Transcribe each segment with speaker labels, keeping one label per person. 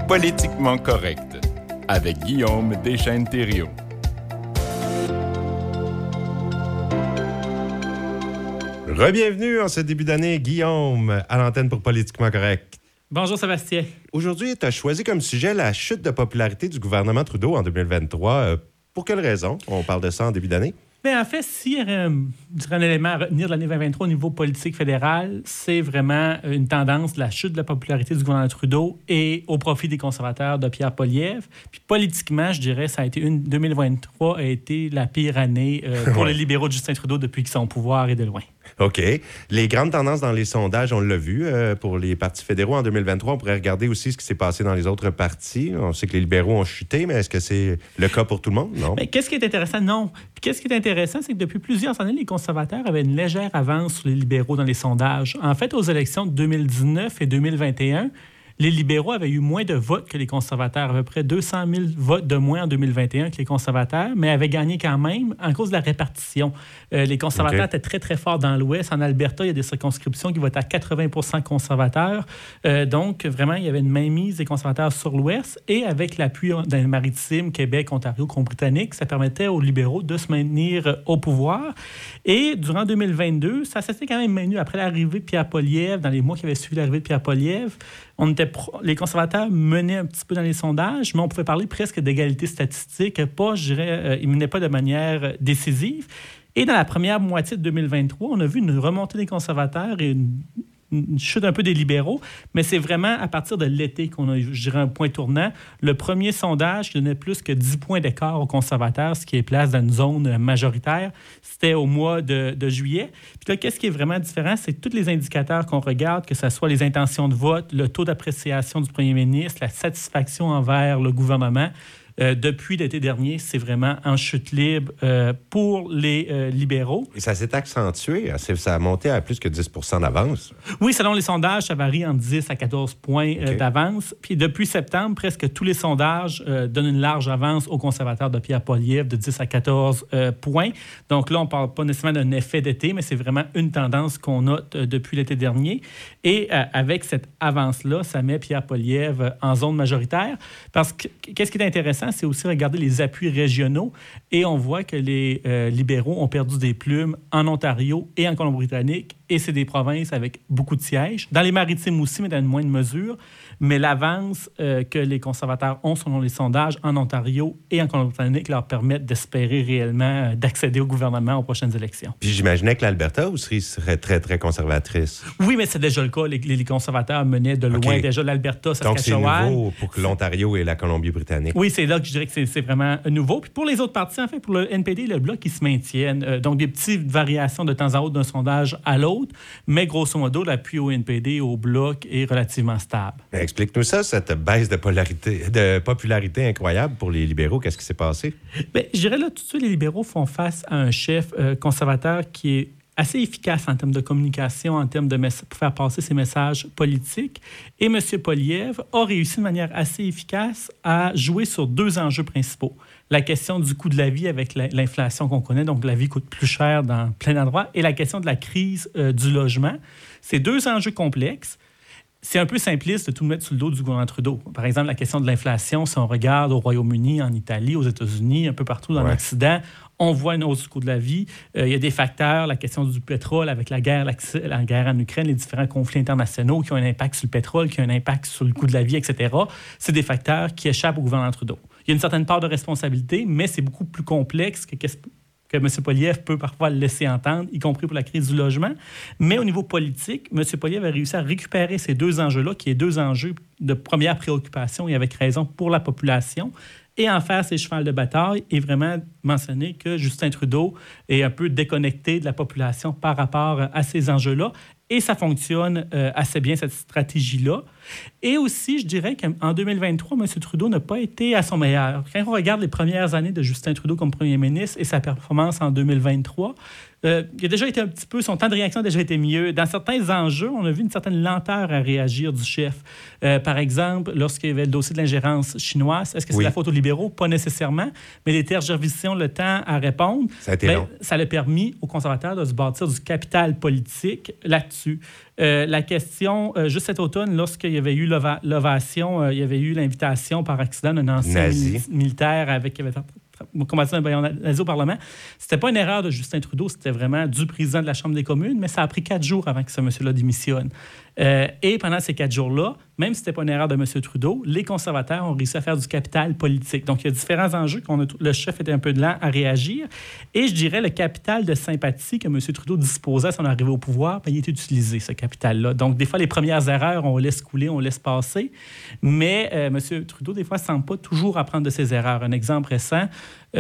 Speaker 1: Politiquement correct, avec Guillaume Deschênes-Thériault.
Speaker 2: Rebienvenue en ce début d'année, Guillaume, à l'antenne pour Politiquement correct.
Speaker 3: Bonjour Sébastien.
Speaker 2: Aujourd'hui, tu as choisi comme sujet la chute de popularité du gouvernement Trudeau en 2023. Pour quelle raison? On parle de ça en début d'année.
Speaker 3: Bien, en fait, s'il y aurait un élément à retenir de l'année 2023 au niveau politique fédéral, c'est vraiment une tendance de la chute de la popularité du gouvernement Trudeau et au profit des conservateurs de Pierre Poilievre. Puis politiquement, je dirais, 2023 a été la pire année pour les libéraux de Justin Trudeau depuis qu'ils sont au pouvoir et de loin.
Speaker 2: OK. Les grandes tendances dans les sondages, on l'a vu pour les partis fédéraux en 2023. On pourrait regarder aussi ce qui s'est passé dans les autres partis. On sait que les libéraux ont chuté, mais est-ce que c'est le cas pour tout le monde? Non.
Speaker 3: Mais qu'est-ce qui est intéressant? Non. Puis qu'est-ce qui est intéressant, c'est que depuis plusieurs années, les conservateurs avaient une légère avance sur les libéraux dans les sondages. En fait, aux élections de 2019 et 2021, les libéraux avaient eu moins de votes que les conservateurs, à peu près 200 000 votes de moins en 2021 que les conservateurs, mais avaient gagné quand même en cause de la répartition. Les conservateurs étaient très, très forts dans l'Ouest. En Alberta, il y a des circonscriptions qui votent à 80 % conservateurs. Donc, vraiment, il y avait une mainmise des conservateurs sur l'Ouest. Et avec l'appui dans les maritimes, Québec, Ontario, Colombie-Britannique, ça permettait aux libéraux de se maintenir au pouvoir. Et durant 2022, ça s'est quand même maintenu. Après l'arrivée de Pierre Poilievre, dans les mois qui avaient suivi l'arrivée de Pierre Poilievre, les conservateurs menaient un petit peu dans les sondages, mais on pouvait parler presque d'égalité statistique. Ils menaient pas de manière décisive. Et dans la première moitié de 2023, on a vu une remontée des conservateurs et une chute un peu des libéraux, mais c'est vraiment à partir de l'été qu'on a, je dirais, un point tournant. Le premier sondage qui donnait plus que 10 points d'écart aux conservateurs, ce qui est place dans une zone majoritaire, c'était au mois de juillet. Puis là, qu'est-ce qui est vraiment différent? C'est que tous les indicateurs qu'on regarde, que ce soit les intentions de vote, le taux d'appréciation du premier ministre, la satisfaction envers le gouvernement, depuis l'été dernier, c'est vraiment en chute libre pour les libéraux.
Speaker 2: Et ça s'est accentué. Ça a monté à plus que 10 % d'avance.
Speaker 3: Oui, selon les sondages, ça varie entre 10 à 14 points d'avance. Puis depuis septembre, presque tous les sondages donnent une large avance aux conservateurs de Pierre Poilievre de 10 à 14 points. Donc là, on ne parle pas nécessairement d'un effet d'été, mais c'est vraiment une tendance qu'on note depuis l'été dernier. Et avec cette avance-là, ça met Pierre Poilievre en zone majoritaire. Parce que qu'est-ce qui est intéressant, c'est aussi regarder les appuis régionaux et on voit que les libéraux ont perdu des plumes en Ontario et en Colombie-Britannique et c'est des provinces avec beaucoup de sièges. Dans les maritimes aussi, mais dans une moindre mesure. Mais l'avance que les conservateurs ont selon les sondages en Ontario et en Colombie-Britannique leur permettent d'espérer réellement d'accéder au gouvernement aux prochaines élections.
Speaker 2: Puis j'imaginais que l'Alberta aussi serait très, très conservatrice.
Speaker 3: Oui, mais c'est déjà le cas. Les conservateurs menaient de loin déjà l'Alberta, Saskatchewan.
Speaker 2: Donc c'est nouveau pour l'Ontario et la Colombie-Britannique.
Speaker 3: Oui, c'est là que je dirais que c'est vraiment nouveau. Puis pour les autres partis, en fait, pour le NPD et le Bloc, ils se maintiennent. Donc des petites variations de temps à autre d'un sondage à l'autre, mais grosso modo, l'appui au NPD et au Bloc est relativement stable.
Speaker 2: Explique-nous ça, cette baisse de popularité incroyable pour les libéraux. Qu'est-ce qui s'est passé?
Speaker 3: Bien, je dirais là, tout de suite, les libéraux font face à un chef conservateur qui est assez efficace en termes de communication, en termes de pour faire passer ses messages politiques. Et M. Poilievre a réussi de manière assez efficace à jouer sur deux enjeux principaux. La question du coût de la vie avec l'inflation qu'on connaît, donc la vie coûte plus cher dans plein d'endroits, et la question de la crise du logement. C'est deux enjeux complexes. C'est un peu simpliste de tout mettre sur le dos du gouvernement Trudeau. Par exemple, la question de l'inflation, si on regarde au Royaume-Uni, en Italie, aux États-Unis, un peu partout dans l'Occident, on voit une hausse du coût de la vie. Il y a des facteurs, la question du pétrole avec la guerre en Ukraine, les différents conflits internationaux qui ont un impact sur le pétrole, qui ont un impact sur le coût de la vie, etc. C'est des facteurs qui échappent au gouvernement Trudeau. Il y a une certaine part de responsabilité, mais c'est beaucoup plus complexe que M. Poilievre peut parfois le laisser entendre, y compris pour la crise du logement. Mais au niveau politique, M. Poilievre a réussi à récupérer ces deux enjeux-là, qui est deux enjeux de première préoccupation et avec raison pour la population, et en faire ses chevals de bataille et vraiment mentionner que Justin Trudeau est un peu déconnecté de la population par rapport à ces enjeux-là. Et ça fonctionne assez bien, cette stratégie-là. Et aussi, je dirais qu'en 2023, M. Trudeau n'a pas été à son meilleur. Quand on regarde les premières années de Justin Trudeau comme premier ministre et sa performance en 2023, il a déjà été un petit peu, son temps de réaction a déjà été mieux. Dans certains enjeux, on a vu une certaine lenteur à réagir du chef. Par exemple, lorsqu'il y avait le dossier de l'ingérence chinoise, est-ce que c'est la faute aux libéraux? Pas nécessairement, mais les tergiversations, le temps à répondre,
Speaker 2: ça a été long.
Speaker 3: Ça a permis aux conservateurs de se bâtir du capital politique là-dessus. La question, juste cet automne, lorsqu'il y avait eu l'ovation, il y avait eu l'invitation par accident d'un ancien militaire qui avait combattu un baillon nazi au Parlement. C'était pas une erreur de Justin Trudeau, c'était vraiment du président de la Chambre des communes, mais ça a pris 4 jours avant que ce monsieur-là démissionne. Et pendant ces 4 jours-là, même si c'était pas une erreur de M. Trudeau, les conservateurs ont réussi à faire du capital politique. Donc, il y a différents enjeux le chef était un peu lent à réagir. Et je dirais le capital de sympathie que M. Trudeau disposait à son arrivée au pouvoir, il est utilisé, ce capital-là. Donc, des fois, les premières erreurs, on laisse couler, on laisse passer. Mais M. Trudeau, des fois, ne semble pas toujours apprendre de ses erreurs. Un exemple récent,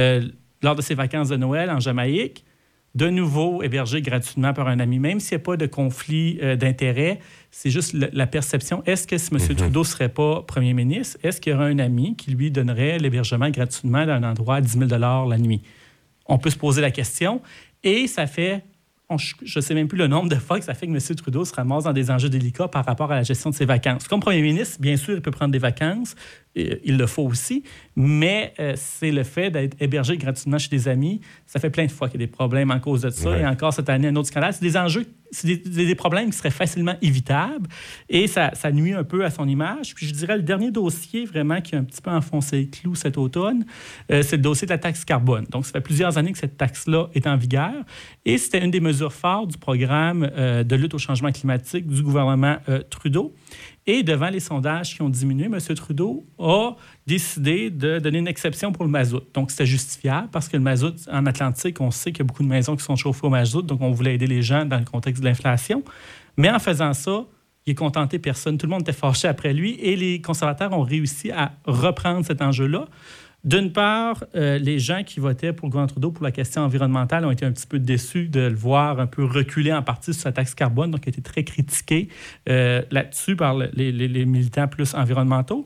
Speaker 3: lors de ses vacances de Noël en Jamaïque, de nouveau hébergé gratuitement par un ami, même s'il n'y a pas de conflit d'intérêts, c'est juste la perception. Est-ce que si M. Trudeau ne serait pas premier ministre, est-ce qu'il y aurait un ami qui lui donnerait l'hébergement gratuitement dans un endroit à 10 000 $ la nuit? On peut se poser la question et ça fait... je ne sais même plus le nombre de fois que ça fait que M. Trudeau se ramasse dans des enjeux délicats par rapport à la gestion de ses vacances. Comme premier ministre, bien sûr, il peut prendre des vacances, il le faut aussi, mais c'est le fait d'être hébergé gratuitement chez des amis. Ça fait plein de fois qu'il y a des problèmes en cause de ça. Ouais. Et encore cette année, un autre scandale. C'est des enjeux, c'est des problèmes qui seraient facilement évitables et ça nuit un peu à son image. Puis je dirais le dernier dossier vraiment qui a un petit peu enfoncé le clou cet automne, c'est le dossier de la taxe carbone. Donc, ça fait plusieurs années que cette taxe-là est en vigueur et c'était une des mesures fortes du programme de lutte au changement climatique du gouvernement Trudeau. Et devant les sondages qui ont diminué, M. Trudeau a décidé de donner une exception pour le mazout. Donc, c'était justifiable parce que le mazout, en Atlantique, on sait qu'il y a beaucoup de maisons qui sont chauffées au mazout, donc on voulait aider les gens dans le contexte de l'inflation. Mais en faisant ça, il n'a contenté personne. Tout le monde était fâché après lui et les conservateurs ont réussi à reprendre cet enjeu-là. D'une part, les gens qui votaient pour le gouvernement Trudeau pour la question environnementale ont été un petit peu déçus de le voir un peu reculer en partie sur sa taxe carbone, donc il a été très critiqué là-dessus par les militants plus environnementaux.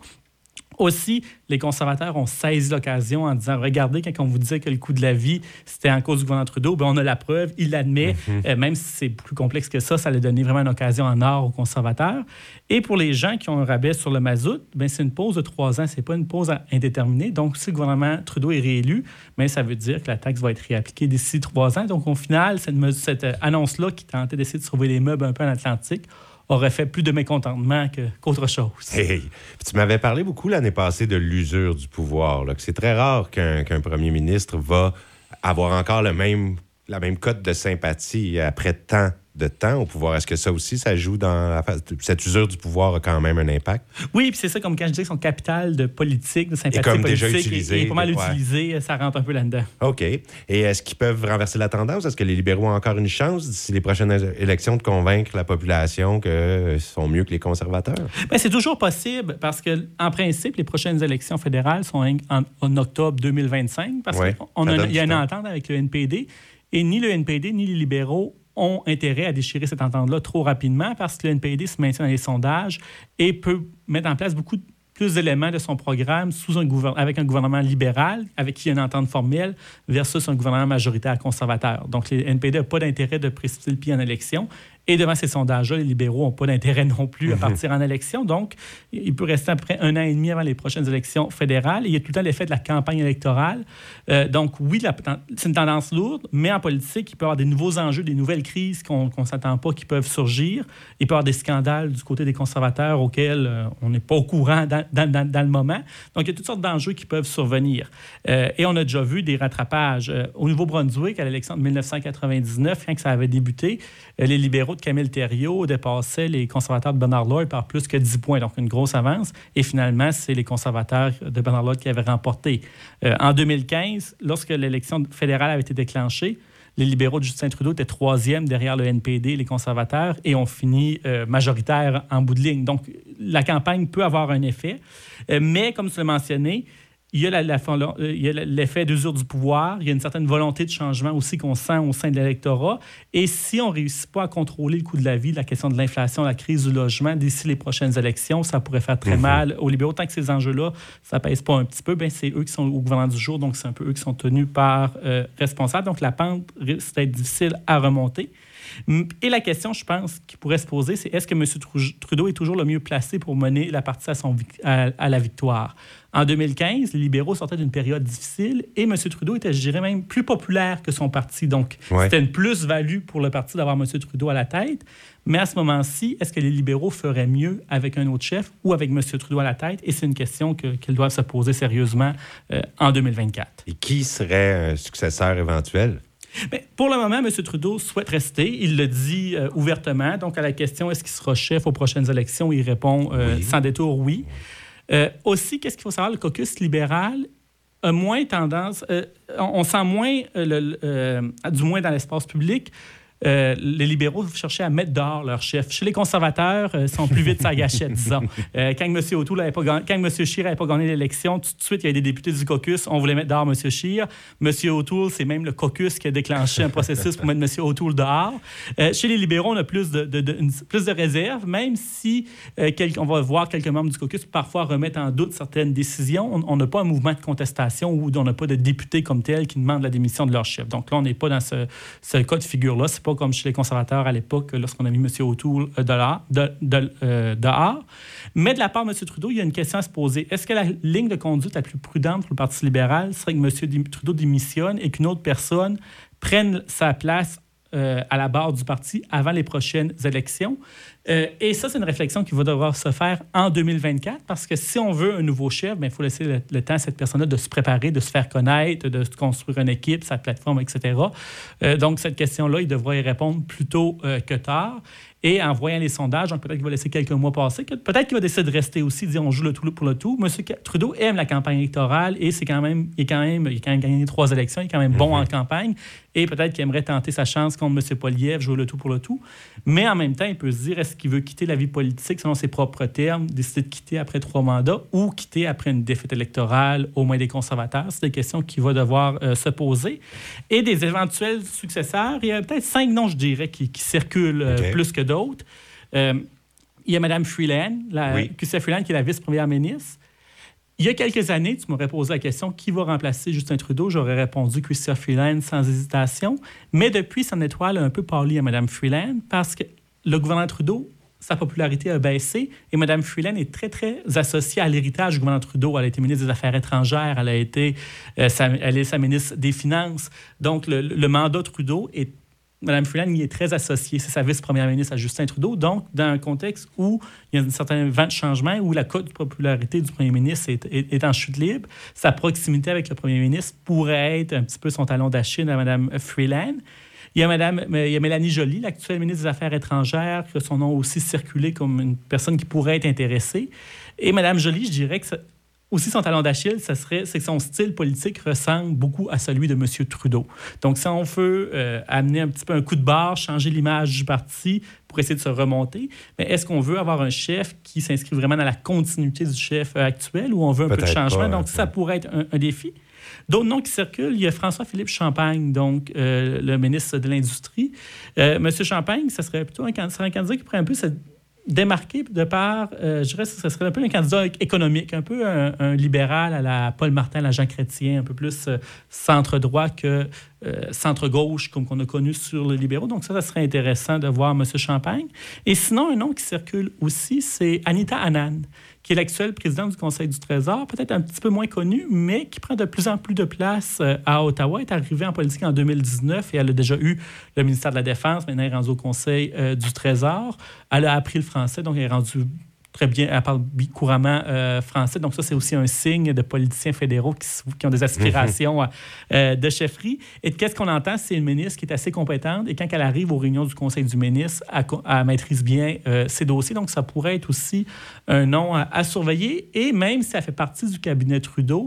Speaker 3: Aussi, les conservateurs ont saisi l'occasion en disant « Regardez, quand on vous disait que le coût de la vie, c'était en cause du gouvernement Trudeau, bien, on a la preuve, il l'admet. Même si c'est plus complexe que ça, ça a donné vraiment une occasion en or aux conservateurs. Et pour les gens qui ont un rabais sur le mazout, bien, c'est une pause de 3 ans, c'est pas une pause indéterminée. Donc, si le gouvernement Trudeau est réélu, bien, ça veut dire que la taxe va être réappliquée d'ici 3 ans. Donc, au final, cette annonce-là qui tentait d'essayer de sauver les meubles un peu en Atlantique aurait fait plus de mécontentement qu'autre chose.
Speaker 2: Hey. Tu m'avais parlé beaucoup l'année passée de l'usure du pouvoir, là, que c'est très rare qu'un premier ministre va avoir encore la même cote de sympathie après tant de temps au pouvoir. Est-ce que ça aussi, ça joue dans cette usure du pouvoir a quand même un impact?
Speaker 3: Oui, puis c'est ça, comme quand je disais, son capital de politique, de sympathie
Speaker 2: comme
Speaker 3: politique
Speaker 2: déjà utilisé,
Speaker 3: est pas mal utilisé, ça rentre un peu là-dedans.
Speaker 2: OK. Et est-ce qu'ils peuvent renverser la tendance? Est-ce que les libéraux ont encore une chance d'ici les prochaines élections de convaincre la population qu'ils sont mieux que les conservateurs?
Speaker 3: Bien, c'est toujours possible parce que, en principe, les prochaines élections fédérales sont en octobre 2025 parce qu'il y a une entente avec le NPD et ni le NPD ni les libéraux ont intérêt à déchirer cette entente-là trop rapidement parce que le NPD se maintient dans les sondages et peut mettre en place beaucoup plus d'éléments de son programme avec un gouvernement libéral, avec qui il y a une entente formelle, versus un gouvernement majoritaire conservateur. Donc, le NPD n'a pas d'intérêt de précipiter le pied en élection. Et devant ces sondages-là, les libéraux n'ont pas d'intérêt non plus à partir en élection. Donc, il peut rester à peu près 1 an et demi avant les prochaines élections fédérales. Et il y a tout le temps l'effet de la campagne électorale. Donc, oui, c'est une tendance lourde, mais en politique, il peut y avoir des nouveaux enjeux, des nouvelles crises qu'on ne s'attend pas qui peuvent surgir. Il peut y avoir des scandales du côté des conservateurs auxquels on n'est pas au courant dans le moment. Donc, il y a toutes sortes d'enjeux qui peuvent survenir. Et on a déjà vu des rattrapages. Au Nouveau-Brunswick, à l'élection de 1999, quand ça avait débuté, les libéraux de Camille Thériault dépassaient les conservateurs de Bernard Lloyd par plus que 10 points, donc une grosse avance. Et finalement, c'est les conservateurs de Bernard Lloyd qui avaient remporté. En 2015, lorsque l'élection fédérale avait été déclenchée, les libéraux de Justin Trudeau étaient 3e derrière le NPD, les conservateurs, et ont fini majoritaire en bout de ligne. Donc, la campagne peut avoir un effet. Mais, comme tu l'as mentionné, il y a l'effet d'usure du pouvoir, il y a une certaine volonté de changement aussi qu'on sent au sein de l'électorat. Et si on ne réussit pas à contrôler le coût de la vie, la question de l'inflation, la crise du logement, d'ici les prochaines élections, ça pourrait faire très mal aux libéraux. Tant que ces enjeux-là, ça ne pèse pas un petit peu, bien, c'est eux qui sont au gouvernement du jour, donc c'est un peu eux qui sont tenus par responsables. Donc la pente risque d'être difficile à remonter. Et la question, je pense, qui pourrait se poser, c'est est-ce que M. Trudeau est toujours le mieux placé pour mener la partie à la victoire? En 2015, les libéraux sortaient d'une période difficile et M. Trudeau était, je dirais même, plus populaire que son parti. Donc, c'était une plus-value pour le parti d'avoir M. Trudeau à la tête. Mais à ce moment-ci, est-ce que les libéraux feraient mieux avec un autre chef ou avec M. Trudeau à la tête? Et c'est une question qu'ils doivent se poser sérieusement en 2024.
Speaker 2: Et qui serait un successeur éventuel?
Speaker 3: Bien, pour le moment, M. Trudeau souhaite rester. Il le dit ouvertement. Donc, à la question est-ce qu'il sera chef aux prochaines élections, il répond sans détour oui. Aussi, qu'est-ce qu'il faut savoir? Le caucus libéral a moins tendance... on sent moins, du moins dans l'espace public, les libéraux cherchaient à mettre dehors leur chef. Chez les conservateurs, ils sont plus vite sa gâchette, disons. Quand M. O'Toole n'avait pas gagné, quand M. Scheer n'avait pas gagné l'élection, tout de suite, il y avait des députés du caucus, on voulait mettre dehors M. Scheer. M. O'Toole, c'est même le caucus qui a déclenché un processus pour mettre M. O'Toole dehors. Chez les libéraux, on a plus de réserves, même si on va voir quelques membres du caucus parfois remettre en doute certaines décisions. On n'a pas un mouvement de contestation où on n'a pas de députés comme tel qui demandent la démission de leur chef. Donc là, on n'est pas dans ce cas de figure-là. C'est pas comme chez les conservateurs à l'époque, lorsqu'on a mis M. O'Toole dehors. Mais de la part de M. Trudeau, il y a une question à se poser. Est-ce que la ligne de conduite la plus prudente pour le Parti libéral serait que M. Trudeau démissionne et qu'une autre personne prenne sa place à la barre du parti avant les prochaines élections? Et ça, c'est une réflexion qui va devoir se faire en 2024 parce que si on veut un nouveau chef, il faut laisser le temps à cette personne-là de se préparer, de se faire connaître, de se construire une équipe, sa plateforme, etc. Donc, cette question-là, il devra y répondre plus tôt que tard. Et en voyant les sondages, donc peut-être qu'il va laisser quelques mois passer, peut-être qu'il va décider de rester aussi, dire on joue le tout pour le tout. M. Trudeau aime la campagne électorale et il a quand même gagné 3 élections, il est quand même bon en campagne. Et peut-être qu'il aimerait tenter sa chance contre M. Poilievre, jouer le tout pour le tout. Mais en même temps, il peut se dire, est-ce qu'il veut quitter la vie politique selon ses propres termes, décider de quitter après 3 mandats ou quitter après une défaite électorale, au moins des conservateurs? C'est des questions qu'il va devoir se poser. Et des éventuels successeurs, il y a peut-être 5 noms, je dirais, qui circulent plus que d'autres. Il y a Mme Freeland, Chrystia Freeland, qui est la vice-première ministre. Il y a quelques années, tu m'aurais posé la question qui va remplacer Justin Trudeau. J'aurais répondu Chrystia Freeland sans hésitation. Mais depuis, son étoile a un peu pâli à Mme Freeland parce que le gouvernement Trudeau, sa popularité a baissé et Mme Freeland est très, très associée à l'héritage du gouvernement Trudeau. Elle a été ministre des Affaires étrangères, elle est sa ministre des Finances. Donc, le mandat Trudeau est Mme Freeland y est très associée. C'est sa vice-première ministre à Justin Trudeau. Donc, dans un contexte où il y a un certain vent de changement, où la cote de popularité du premier ministre est en chute libre, sa proximité avec le premier ministre pourrait être un petit peu son talon d'Achille à Mme Freeland. Il y a Mélanie Joly, l'actuelle ministre des Affaires étrangères, que son nom a aussi circulé comme une personne qui pourrait être intéressée. Et Mme Joly, je dirais que aussi, son talon d'Achille, c'est que son style politique ressemble beaucoup à celui de M. Trudeau. Donc, si on veut amener un petit peu un coup de barre, changer l'image du parti pour essayer de se remonter, mais est-ce qu'on veut avoir un chef qui s'inscrit vraiment dans la continuité du chef actuel ou on veut un peu de changement? Donc, ça pourrait être un défi. D'autres noms qui circulent, il y a François-Philippe Champagne, donc le ministre de l'Industrie. M. Champagne, ça serait plutôt un candidat qui pourrait un peu se démarqué de par, je dirais, ce serait un peu un candidat économique, un peu un libéral à la Paul Martin, à la Jean Chrétien, un peu plus centre-droit que centre-gauche, comme qu'on a connu sur les libéraux. Donc ça serait intéressant de voir M. Champagne. Et sinon, un nom qui circule aussi, c'est Anita Anand, qui est l'actuelle présidente du Conseil du Trésor, peut-être un petit peu moins connue, mais qui prend de plus en plus de place à Ottawa. Elle est arrivée en politique en 2019 et elle a déjà eu le ministère de la Défense. Maintenant, elle est rendue au Conseil du Trésor. Elle a appris le français, donc elle est rendue très bien, elle parle couramment français. Donc ça, c'est aussi un signe de politiciens fédéraux qui ont des aspirations de chefferie. Et qu'est-ce qu'on entend? C'est une ministre qui est assez compétente et quand elle arrive aux réunions du Conseil du ministre, elle maîtrise bien ses dossiers. Donc ça pourrait être aussi un nom à surveiller. Et même si elle fait partie du cabinet Trudeau,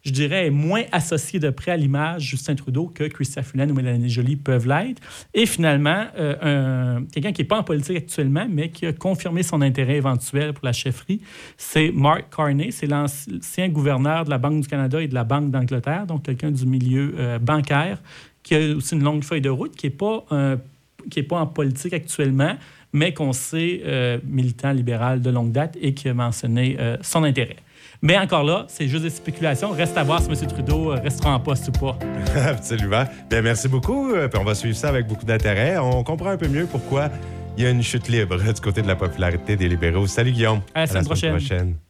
Speaker 3: je dirais, est moins associé de près à l'image Justin Trudeau que Chrystia Freeland ou Mélanie Joly peuvent l'être. Et finalement, quelqu'un qui n'est pas en politique actuellement, mais qui a confirmé son intérêt éventuel pour la chefferie, c'est Mark Carney. C'est l'ancien gouverneur de la Banque du Canada et de la Banque d'Angleterre, donc quelqu'un du milieu bancaire, qui a aussi une longue feuille de route, qui n'est pas en politique actuellement, mais qu'on sait militant libéral de longue date et qui a mentionné son intérêt. Mais encore là, c'est juste des spéculations. Reste à voir si M. Trudeau restera en poste ou pas.
Speaker 2: Absolument. Bien, merci beaucoup. Puis on va suivre ça avec beaucoup d'intérêt. On comprend un peu mieux pourquoi il y a une chute libre du côté de la popularité des libéraux. Salut Guillaume.
Speaker 3: À la semaine prochaine.